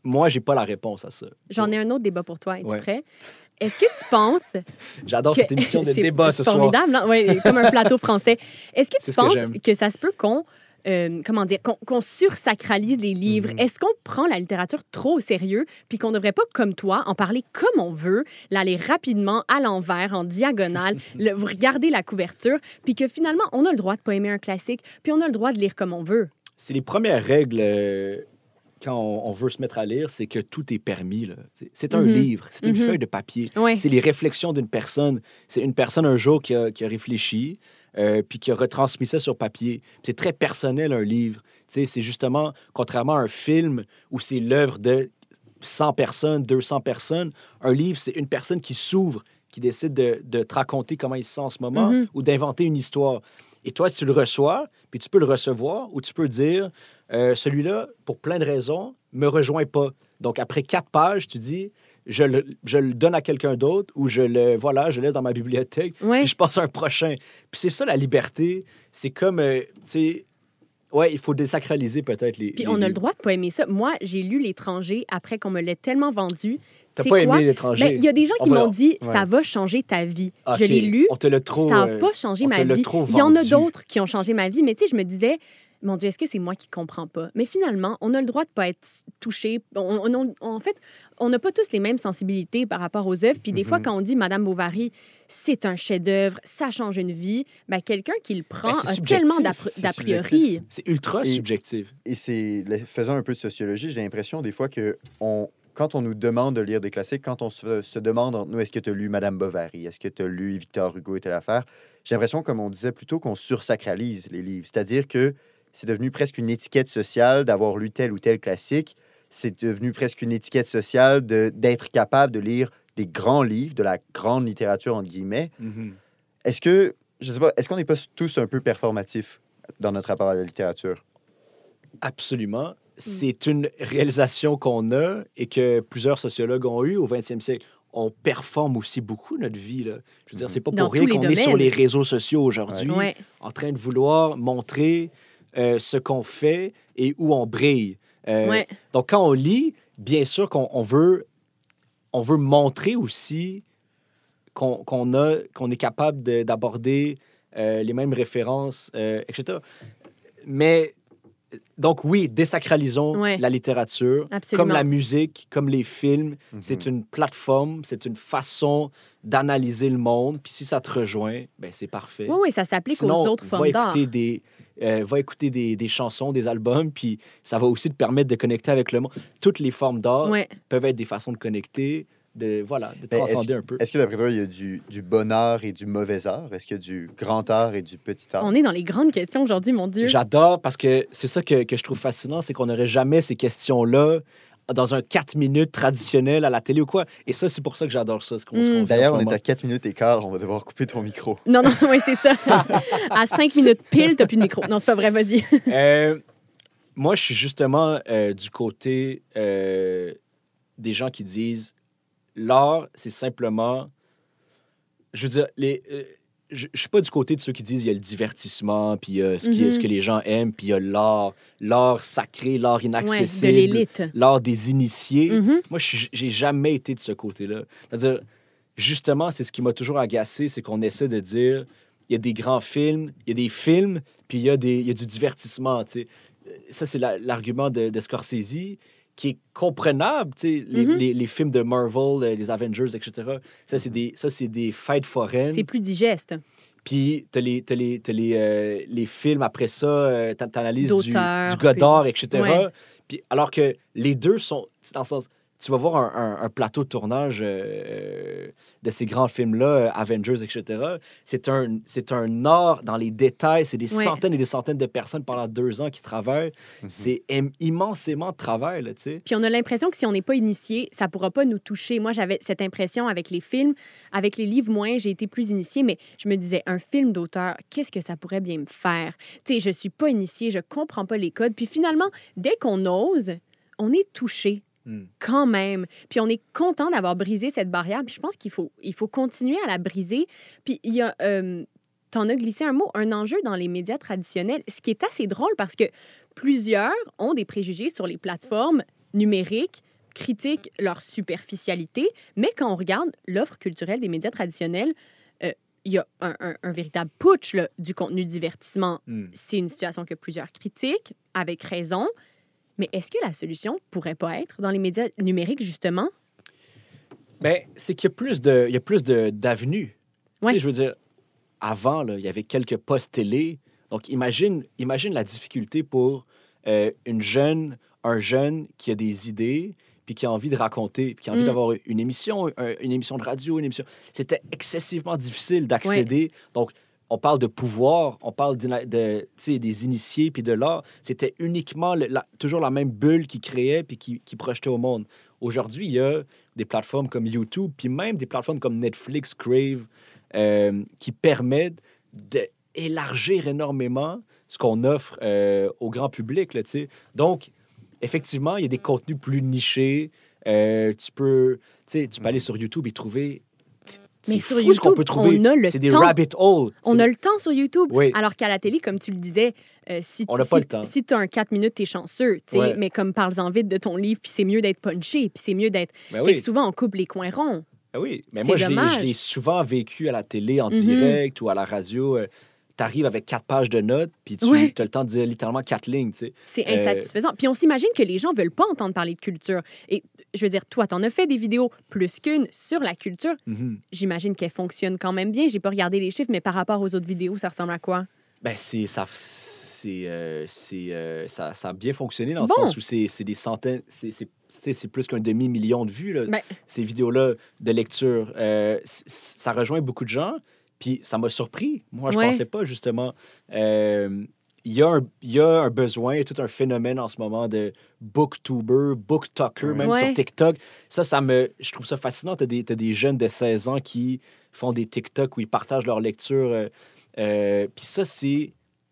moi, j'ai pas la réponse à ça. J'en ai un autre débat pour toi. Es-tu Ouais. prêt? Est-ce que tu penses... J'adore que- cette émission de c'est débat ce soir. formidable, hein? Ouais, comme un plateau français. Est-ce que tu C'est ce que penses j'aime. que, ça se peut qu'on... euh, comment dire, qu'on, qu'on sursacralise les livres? Mhm. Est-ce qu'on prend la littérature trop au sérieux puis qu'on ne devrait pas, comme toi, en parler comme on veut, l'aller rapidement à l'envers, en diagonale, le, vous regardez la couverture, puis que finalement, on a le droit de pas aimer un classique, puis on a le droit de lire comme on veut? C'est les premières règles euh, quand on, on veut se mettre à lire, c'est que tout est permis. Là. C'est, c'est un Mhm. livre, c'est une Mhm. feuille de papier. Ouais. C'est les réflections d'une personne. C'est une personne un jour qui a, qui a réfléchi, euh, puis qui a retransmis ça sur papier. C'est très personnel, un livre. Tu sais, c'est justement, contrairement à un film où c'est l'œuvre de cent personnes, deux cents personnes, un livre, c'est une personne qui s'ouvre, qui décide de, de te raconter comment il se sent en ce moment Mhm. ou d'inventer une histoire. Et toi, si tu le reçois, puis tu peux le recevoir ou tu peux dire, euh, celui-là, pour plein de raisons, me rejoint pas. Donc, après quatre pages, tu dis, je le, je le donne à quelqu'un d'autre ou je le, voilà, je le laisse dans ma bibliothèque, Ouais. puis je passe à un prochain. Puis c'est ça, la liberté. C'est comme, euh, tu sais, ouais, il faut désacraliser peut-être les Puis les on a livres. le droit de pas aimer ça. Moi, j'ai lu L'étranger après qu'on me l'ait tellement vendu. T'as C'est pas quoi? aimé L'étranger? Ben, il y a des gens On qui va- m'ont dit, ouais. ça va changer ta vie. Ok, Je l'ai lu, on te l'a trop, ça n'a euh, pas changé on ma te l'a vie. trop Il y en a vendu. d'autres qui ont changé ma vie, mais tu sais, je me disais, mon Dieu, est-ce que c'est moi qui comprends pas? Mais finalement, on a le droit de pas être touché. On, on- on- en fait, on n'a pas tous les mêmes sensibilités par rapport aux œuvres. Puis des fois, Mhm. quand on dit Madame Bovary, c'est un chef-d'œuvre, ça change une vie, ben, quelqu'un qui le prend Ben, c'est a subjectif, tellement d'a c'est d'a priori. subjectif. C'est ultra Et- subjectif. Et c'est, le- faisant un peu de sociologie, j'ai l'impression des fois que on, quand on nous demande de lire des classiques, quand on se, se demande entre nous, est-ce que tu as lu Madame Bovary, est-ce que tu as lu Victor Hugo et telle affaire, j'ai l'impression, comme on disait plutôt, qu'on sursacralise les livres. C'est-à-dire que c'est devenu presque une étiquette sociale d'avoir lu tel ou tel classique. C'est devenu presque une étiquette sociale de, d'être capable de lire des grands livres, de la grande littérature, entre guillemets. Mhm. Est-ce que, je sais pas, est-ce qu'on n'est pas tous un peu performatifs dans notre rapport à la littérature? Absolument. C'est une réalisation qu'on a et que plusieurs sociologues ont eu au vingtième siècle. On performe aussi beaucoup notre vie. Là. Je veux dire, c'est pas Dans pour rien tous les qu'on est sur domaines. les réseaux sociaux aujourd'hui, Ouais. en train de vouloir montrer euh, ce qu'on fait et où on brille. Euh, Ouais. Donc, quand on lit, bien sûr qu'on on veut, on veut montrer aussi qu'on qu'on a, qu'on est capable de- d'aborder euh, les mêmes références, euh, et cetera. Mais, donc oui, désacralisons Ouais. la littérature, Absolument. comme la musique, comme les films. Mhm. C'est une plateforme, c'est une façon d'analyser le monde. Puis si ça te rejoint, ben c'est parfait. Oui, oui, ça s'applique Sinon, aux autres va formes d'art. écouter des, euh, va écouter des, des chansons, des albums, puis ça va aussi te permettre de connecter avec le monde. Toutes les formes d'art Ouais. peuvent être des façons de connecter, de, voilà, de Mais transcender est-ce, un peu. Est-ce que d'après toi, il y a du, du bon art et du mauvais art? Est-ce qu'il y a du grand art et du petit art? On est dans les grandes questions aujourd'hui, mon Dieu. J'adore parce que c'est ça que, que je trouve fascinant, c'est qu'on n'aurait jamais ces questions-là dans un quatre minutes traditionnel à la télé ou quoi. Et ça, c'est pour ça que j'adore ça, ce qu'on, ce qu'on fait en D'ailleurs, ce on est moment. à quatre minutes et quart. On va devoir couper ton micro. Non, non, oui, c'est ça. À cinq minutes pile, t'as plus de micro. Non, c'est pas vrai, vas-y. Euh, moi, je suis justement euh, du côté euh, des gens qui disent l'art, c'est simplement. Je veux dire, les, euh, je ne suis pas du côté de ceux qui disent il y a le divertissement, puis euh, ce, qui, Mhm. ce que les gens aiment, puis il y a l'art, l'art sacré, l'art Ouais, inaccessible, de l'élite. l'art des initiés. Mhm. Moi, je suis- j'ai jamais été de ce côté-là. C'est-à-dire, justement, c'est ce qui m'a toujours agacé, c'est qu'on essaie de dire il y a des grands films, il y a des films, puis il y a, des, il y a du divertissement. Tu sais. Ça, c'est la- l'argument de, de Scorsese qui est comprenable. Tu sais, les, Mhm. les, les films de Marvel, euh, les Avengers, et cetera. Ça, c'est des, ça, c'est des fêtes foraines. C'est plus digeste. Puis, t'as les, t'as les, t'as les, euh, les films après ça, euh, t'a- t'analyses du, D'auteurs, du Godard, et cetera. Ouais. Puis, alors que les deux sont, tu sais, dans le sens, tu vas voir un, un- un plateau de tournage euh, de ces grands films-là, euh, Avengers, et cetera. C'est un, c'est un art dans les détails. C'est des Ouais. centaines et des centaines de personnes pendant deux ans qui travaillent. C'est im- immensément de travail, là, tu sais. Puis on a l'impression que si on n'est pas initié, ça pourra pas nous toucher. Moi, j'avais cette impression avec les films. Avec les livres, moins, j'ai été plus initiée, mais je me disais, un film d'auteur, qu'est-ce que ça pourrait bien me faire? Tu sais, je suis pas initiée, je comprends pas les codes. Puis finalement, dès qu'on ose, on est touché. Mm. Quand même. Puis on est content d'avoir brisé cette barrière. Puis je pense qu'il faut, il faut continuer à la briser. Puis il y a, euh, t'en as glissé un mot, un enjeu dans les médias traditionnels, ce qui est assez drôle parce que plusieurs ont des préjugés sur les plateformes numériques critique leur superficialité, mais quand on regarde l'offre culturelle des médias traditionnels, euh, il y a un, un, un véritable putsch là, du contenu divertissement. Mm. C'est une situation que plusieurs critiquent, avec raison. Mais est-ce que la solution pourrait pas être dans les médias numériques, justement? Bien, c'est qu'il y a plus de, il y a plus de, d'avenues. Ouais. Tu sais, je veux dire, avant, là, il y avait quelques postes télé. Donc, imagine, imagine la difficulté pour euh, une jeune, un jeune qui a des idées, puis qui a envie de raconter, puis qui a envie mm. d'avoir une émission, une émission de radio, une émission. C'était excessivement difficile d'accéder. Ouais. Donc, on parle de pouvoir, on parle de, de, des initiés, puis de l'art. C'était uniquement le, la, toujours la même bulle qui créait, puis qui, qui projetait au monde. Aujourd'hui, il y a des plateformes comme YouTube, puis même des plateformes comme Netflix, Crave, euh, qui permettent d'élargir énormément ce qu'on offre euh, au grand public. Là, donc, effectivement, il y a des contenus plus nichés. Euh, tu peux, tu peux aller sur YouTube et trouver... Mais sur YouTube, qu'on peut trouver. On a le temps. C'est des rabbit holes. On c'est a des... le temps sur YouTube. Oui. Alors qu'à la télé, comme tu le disais, euh, si, on n'a si, pas le temps. Si tu as un quatre minutes, tu es chanceux. Ouais. Mais comme parle-en vite de ton livre, puis c'est mieux d'être punché, puis c'est mieux d'être... Ben fait oui. que souvent, on coupe les coins ronds. Ben oui, mais c'est moi, je dommage. l'ai, je l'ai souvent vécu à la télé, en direct, mm-hmm. ou à la radio. Euh, tu arrives avec quatre pages de notes, puis tu ouais. as le temps de dire littéralement quatre lignes. Tu sais. C'est insatisfaisant. Euh... Puis on s'imagine que les gens ne veulent pas entendre parler de culture. Et je veux dire, toi, tu en as fait des vidéos plus qu'une sur la culture. Mm-hmm. J'imagine qu'elles fonctionnent quand même bien. J'ai pas regardé les chiffres, mais par rapport aux autres vidéos, ça ressemble à quoi? Ben, c'est, ça, c'est, euh, c'est, euh, ça, ça a bien fonctionné dans bon. le sens où c'est, c'est des centaines, c'est, c'est, c'est, c'est plus qu'un demi-million de vues, là, ben... ces vidéos-là de lecture. Euh, ça rejoint beaucoup de gens. Puis ça m'a surpris. Moi, je ne ouais. pensais pas, justement. Euh, il y a un, il y a un besoin, tout un phénomène en ce moment de booktuber, booktalker, même ouais. sur TikTok. Ça, ça me, je trouve ça fascinant. Tu as des, t'as des jeunes de seize ans qui font des TikTok où ils partagent leur lecture. Euh, euh, Puis ça, c'est,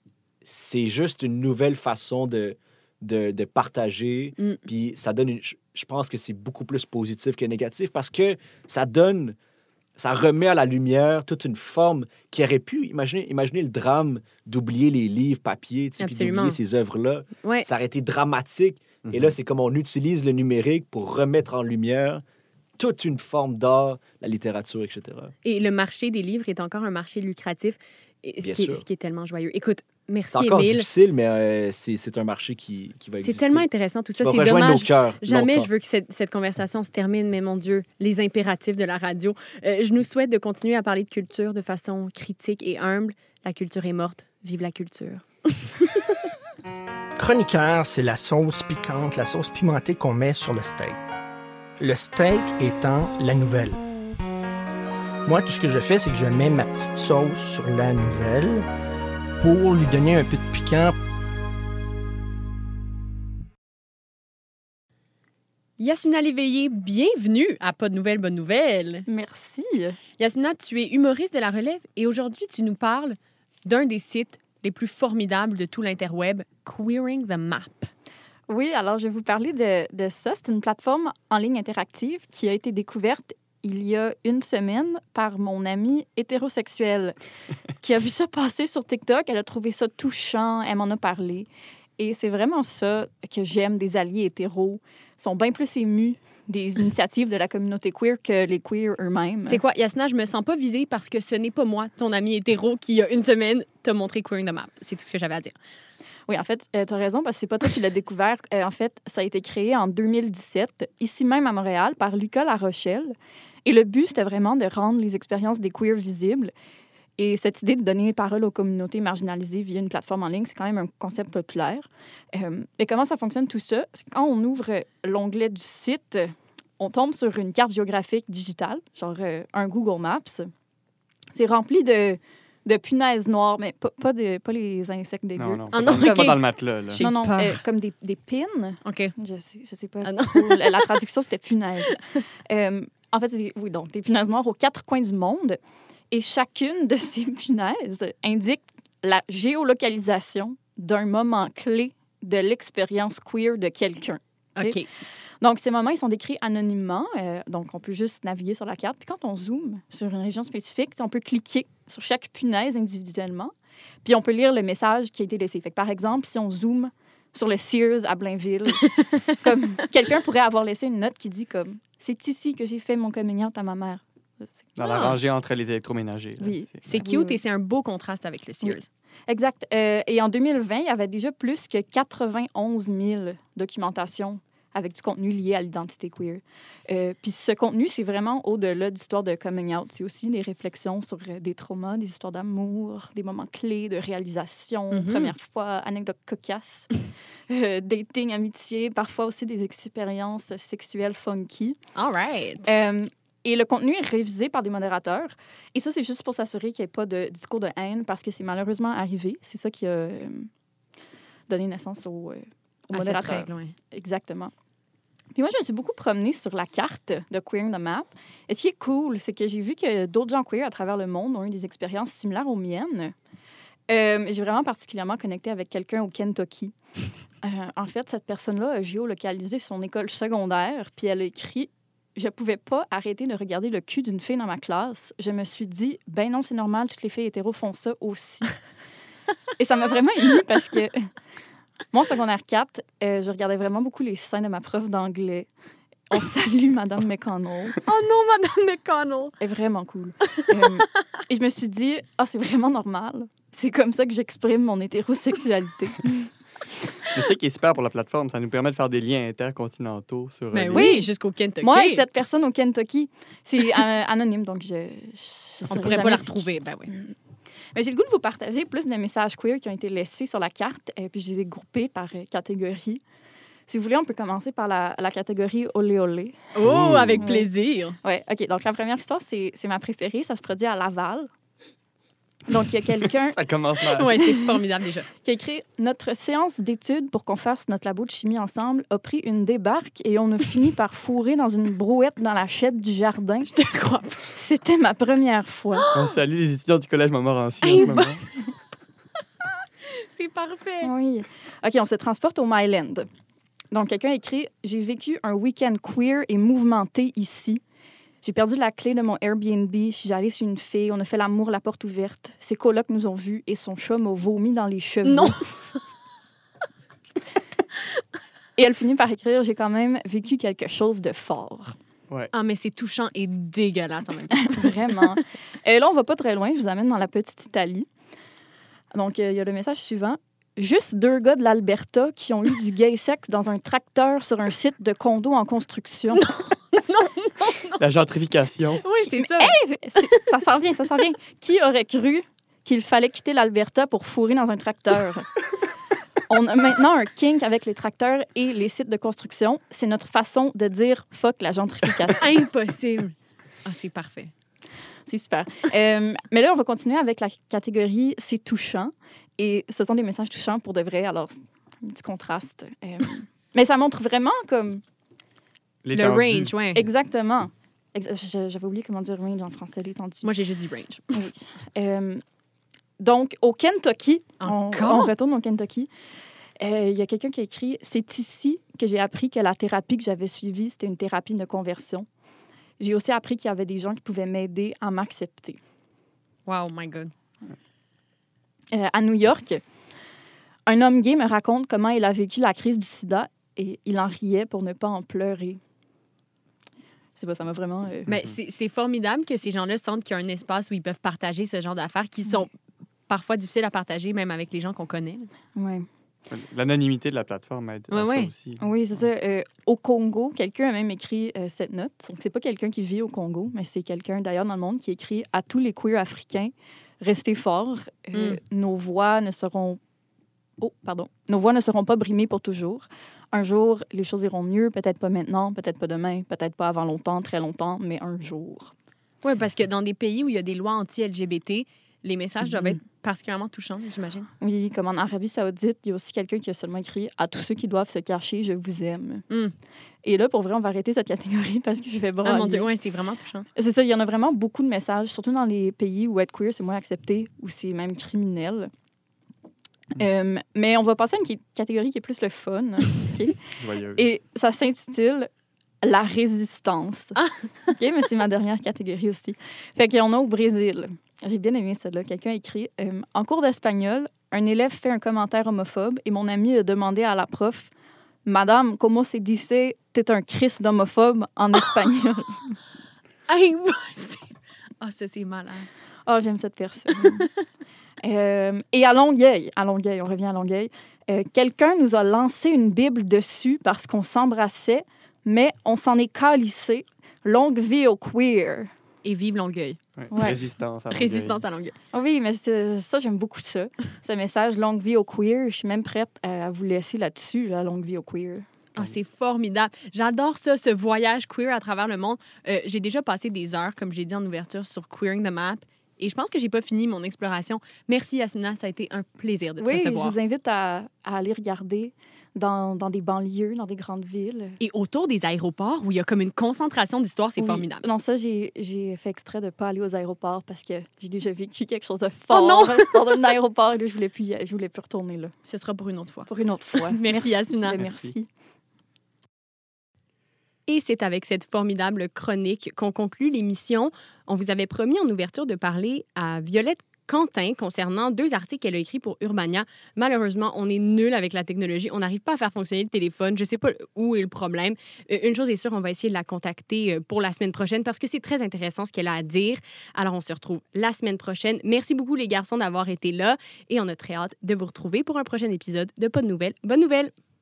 c'est juste une nouvelle façon de, de, de partager. Mm. Puis ça donne une, je, je pense que c'est beaucoup plus positif que négatif parce que ça donne... Ça remet à la lumière toute une forme qui aurait pu... Imaginer, imaginer le drame d'oublier les livres papier, puis d'oublier ces œuvres-là. Ouais. Ça aurait été dramatique. Mm-hmm. Et là, c'est comme on utilise le numérique pour remettre en lumière toute une forme d'art, la littérature, et cetera. Et le marché des livres est encore un marché lucratif, ce, qui est, ce qui est tellement joyeux. Écoute, merci, c'est encore Émile. difficile, mais euh, c'est, c'est un marché qui, qui va exister. C'est tellement intéressant tout ça. Qui c'est va rejoindre dommage. Nos cœurs Jamais longtemps. je veux que cette, cette conversation se termine, mais mon Dieu, les impératifs de la radio. Euh, je nous souhaite de continuer à parler de culture de façon critique et humble. La culture est morte. Vive la culture. Chroniqueur, c'est la sauce piquante, la sauce pimentée qu'on met sur le steak. Le steak étant la nouvelle. Moi, tout ce que je fais, c'est que je mets ma petite sauce sur la nouvelle pour lui donner un peu de piquant. Yasmina Léveillé, bienvenue à Pas de nouvelles, bonnes nouvelles. Merci. Yasmina, tu es humoriste de la relève et aujourd'hui, tu nous parles d'un des sites les plus formidables de tout l'interweb, Queering the Map. Oui, alors je vais vous parler de, de ça. C'est une plateforme en ligne interactive qui a été découverte il y a une semaine par mon amie hétérosexuelle qui a vu ça passer sur TikTok. Elle a trouvé ça touchant, elle m'en a parlé. Et c'est vraiment ça que j'aime des alliés hétéros. Ils sont bien plus émus des initiatives de la communauté queer que les queers eux-mêmes. C'est quoi, Yasmina, je me sens pas visée parce que ce n'est pas moi, ton ami hétéro, qui, il y a une semaine, t'a montré Queering the Map. C'est tout ce que j'avais à dire. Oui, en fait, euh, tu as raison, parce que c'est pas toi qui l'as découvert. Euh, en fait, ça a été créé en deux mille dix-sept, ici même à Montréal, par Lucas La Rochelle. Et le but, c'était vraiment de rendre les expériences des queers visibles. Et cette idée de donner parole aux communautés marginalisées via une plateforme en ligne, c'est quand même un concept populaire. Euh, mais comment ça fonctionne tout ça? C'est quand on ouvre l'onglet du site, on tombe sur une carte géographique digitale, genre euh, un Google Maps. C'est rempli de... de punaises noires, mais pas, pas, de, pas les insectes dégueux. Non, non, ah, pas, non dans, okay. pas dans le matelas. Là. Non, non, euh, comme des, des pins. OK. Je sais, je sais pas. Ah, non. la, la traduction, c'était punaise. euh, en fait, c'est, oui, donc des punaises noires aux quatre coins du monde. Et chacune de ces punaises indique la géolocalisation d'un moment clé de l'expérience queer de quelqu'un. OK. Okay? Donc, ces moments, ils sont décrits anonymement. Euh, donc, on peut juste naviguer sur la carte. Puis quand on zoome sur une région spécifique, on peut cliquer sur chaque punaise individuellement. Puis on peut lire le message qui a été laissé. Fait que, par exemple, si on zoome sur le Sears à Blainville. Comme quelqu'un pourrait avoir laissé une note qui dit comme « C'est ici que j'ai fait mon coming out à ma mère. » Dans la rangée entre les électroménagers. Là. Oui. C'est cute oui, oui. et c'est un beau contraste avec le Sears. Oui. Exact. Euh, et en deux mille vingt, il y avait déjà plus que quatre-vingt-onze mille documentations avec du contenu lié à l'identité queer. Euh, Puis ce contenu, c'est vraiment au-delà d'histoires de coming out. C'est aussi des réflexions sur euh, des traumas, des histoires d'amour, des moments clés de réalisation, mm-hmm. première fois, anecdotes cocasses, euh, dating, amitié, parfois aussi des expériences sexuelles funky. All right. Euh, Et le contenu est révisé par des modérateurs. Et ça, c'est juste pour s'assurer qu'il n'y ait pas de discours de haine, parce que c'est malheureusement arrivé. C'est ça qui a euh, donné naissance au, euh, au modérateur. Règle, ouais. Exactement. Puis moi, je me suis beaucoup promenée sur la carte de Queering the Map. Et ce qui est cool, c'est que j'ai vu que d'autres gens queer à travers le monde ont eu des expériences similaires aux miennes. Euh, j'ai vraiment particulièrement connecté avec quelqu'un au Kentucky. Euh, en fait, cette personne-là a géolocalisé son école secondaire, puis elle a écrit je pouvais pas arrêter de regarder le cul d'une fille dans ma classe. Je me suis dit, ben non, c'est normal, toutes les filles hétéros font ça aussi. Et ça m'a vraiment émue parce que, moi, en secondaire quatre, euh, je regardais vraiment beaucoup les scènes de ma prof d'anglais. On salue Madame McConnell. Oh non, Madame McConnell! Elle est vraiment cool. euh, et je me suis dit, ah, oh, c'est vraiment normal. C'est comme ça que j'exprime mon hétérosexualité. Mais tu sais qui est super pour la plateforme, ça nous permet de faire des liens intercontinentaux sur... Ben euh, oui, jusqu'au Kentucky. Moi et cette personne au Kentucky, c'est euh, anonyme, donc je... je On ne pourrait pas la retrouver, ben oui. Mais j'ai le goût de vous partager plus de messages queer qui ont été laissés sur la carte, et puis je les ai groupés par euh, catégorie. Si vous voulez, on peut commencer par la, la catégorie olé olé. Oh, Ouh. Avec ouais. plaisir. Oui, OK. Donc, la première histoire, c'est, c'est ma préférée. Ça se produit à Laval. Donc, il y a quelqu'un... Ça commence mal. Oui, c'est formidable déjà. Qui a écrit « Notre séance d'études pour qu'on fasse notre labo de chimie ensemble a pris une débarque et on a fini par fourrer dans une brouette dans la chette du jardin. Je te crois pas. C'était ma première fois. » On salue les étudiants du collège Montmorency en ce moment. C'est parfait. Oui. OK, on se transporte au Myland. Donc, quelqu'un a écrit « J'ai vécu un week-end queer et mouvementé ici. J'ai perdu la clé de mon Airbnb. Je suis allée sur une fille. On a fait l'amour, la porte ouverte. Ses colocs nous ont vus et son chat m'a vomi dans les cheveux. » Non! Et elle finit par écrire « J'ai quand même vécu quelque chose de fort. » Ouais. Ah, mais c'est touchant et dégueulasse en même temps. Vraiment. Et là, on va pas très loin. Je vous amène dans la petite Italie. Donc, il euh, y a le message suivant. Juste deux gars de l'Alberta qui ont eu du gay sex dans un tracteur sur un site de condo en construction. Non, non, non. La gentrification. Oui, c'est ça. Hey, c'est, ça s'en vient, ça s'en vient. Qui aurait cru qu'il fallait quitter l'Alberta pour fourrer dans un tracteur? On a maintenant un kink avec les tracteurs et les sites de construction. C'est notre façon de dire « fuck la gentrification ». Impossible. Ah, c'est parfait. C'est super. Euh, mais là, on va continuer avec la catégorie « c'est touchant ». Et ce sont des messages touchants pour de vrai. Alors, un petit contraste. Euh, mais ça montre vraiment comme... Le range, oui. Exactement. Ex- j'avais oublié comment dire range en français, l'étendue. Moi, j'ai juste dit range. Oui. Euh, donc, au Kentucky, on, on retourne au Kentucky. Il euh, y a quelqu'un qui a écrit « C'est ici que j'ai appris que la thérapie que j'avais suivie, c'était une thérapie de conversion. J'ai aussi appris qu'il y avait des gens qui pouvaient m'aider à m'accepter. » Wow, my God. Euh, à New York, un homme gay me raconte comment il a vécu la crise du sida et il en riait pour ne pas en pleurer. Je sais pas, ça m'a vraiment... Euh... Mais c'est, c'est formidable que ces gens-là sentent qu'il y a un espace où ils peuvent partager ce genre d'affaires qui sont parfois difficiles à partager, même avec les gens qu'on connaît. Oui. L'anonymité de la plateforme aide ouais, à ouais. ça aussi. Oui, c'est ça. Euh, au Congo, quelqu'un a même écrit euh, cette note. Donc, c'est pas quelqu'un qui vit au Congo, mais c'est quelqu'un d'ailleurs dans le monde qui écrit « À tous les queers africains, restez forts. Euh, mm. Nos voix ne seront... Oh, pardon. Nos voix ne seront pas brimées pour toujours. Un jour, les choses iront mieux. Peut-être pas maintenant, peut-être pas demain, peut-être pas avant longtemps, très longtemps, mais un jour. » Oui, parce que dans des pays où il y a des lois anti-L G B T, les messages mm-hmm. doivent être particulièrement touchants, j'imagine. Oui, comme en Arabie Saoudite, il y a aussi quelqu'un qui a seulement écrit « À tous ceux qui doivent se cacher, je vous aime. Mm. » Et là, pour vrai, on va arrêter cette catégorie parce que je vais brailler. Ah mon Dieu, oui, c'est vraiment touchant. C'est ça, il y en a vraiment beaucoup de messages, surtout dans les pays où être queer, c'est moins accepté, où c'est même criminel. Mm. Euh, mais on va passer à une catégorie qui est plus le fun. Okay? Et ça s'intitule « La résistance. Ah. » OK, mais c'est ma dernière catégorie aussi. Fait qu'on a au Brésil. J'ai bien aimé ça, là. Quelqu'un a écrit euh, « En cours d'espagnol, un élève fait un commentaire homophobe et mon ami a demandé à la prof « Madame, comment se dit t'es un Christ d'homophobe en espagnol? » Hey, c'est... Oh, ça, c'est malade. Oh, j'aime cette personne. euh, et à Longueuil, à Longueuil, on revient à Longueuil, euh, quelqu'un nous a lancé une Bible dessus parce qu'on s'embrassait, mais on s'en est calissé. Longue vie au queer. Et vive Longueuil. Ouais. Ouais. Résistance à Longueuil. Résistance à Longueuil. Oh oui, mais c'est- ça, j'aime beaucoup ça. Ce message, longue vie au queer, je suis même prête à, à vous laisser là-dessus, la longue vie au queer. Ah, c'est formidable. J'adore ça, ce voyage queer à travers le monde. Euh, j'ai déjà passé des heures, comme j'ai dit en ouverture, sur Queering the Map. Et je pense que j'ai pas fini mon exploration. Merci, Yasmina. Ça a été un plaisir de te Oui, recevoir. je vous invite à, à aller regarder dans, dans des banlieues, dans des grandes villes. Et autour des aéroports, où il y a comme une concentration d'histoires, c'est Oui. formidable. Non, ça, j'ai, j'ai fait exprès de ne pas aller aux aéroports parce que j'ai déjà vécu quelque chose de fort Oh non! dans un aéroport et là, je voulais plus, y- je voulais plus retourner là. Ce sera pour une autre fois. Pour une autre fois. Merci, Yasmina. Ben, Merci. merci. Et c'est avec cette formidable chronique qu'on conclut l'émission. On vous avait promis en ouverture de parler à Violette Quentin concernant deux articles qu'elle a écrits pour Urbania. Malheureusement, on est nul avec la technologie. On n'arrive pas à faire fonctionner le téléphone. Je ne sais pas où est le problème. Euh, une chose est sûre, on va essayer de la contacter euh, pour la semaine prochaine parce que c'est très intéressant ce qu'elle a à dire. Alors, on se retrouve la semaine prochaine. Merci beaucoup, les garçons, d'avoir été là et on a très hâte de vous retrouver pour un prochain épisode de Pas de nouvelles. Bonne nouvelle!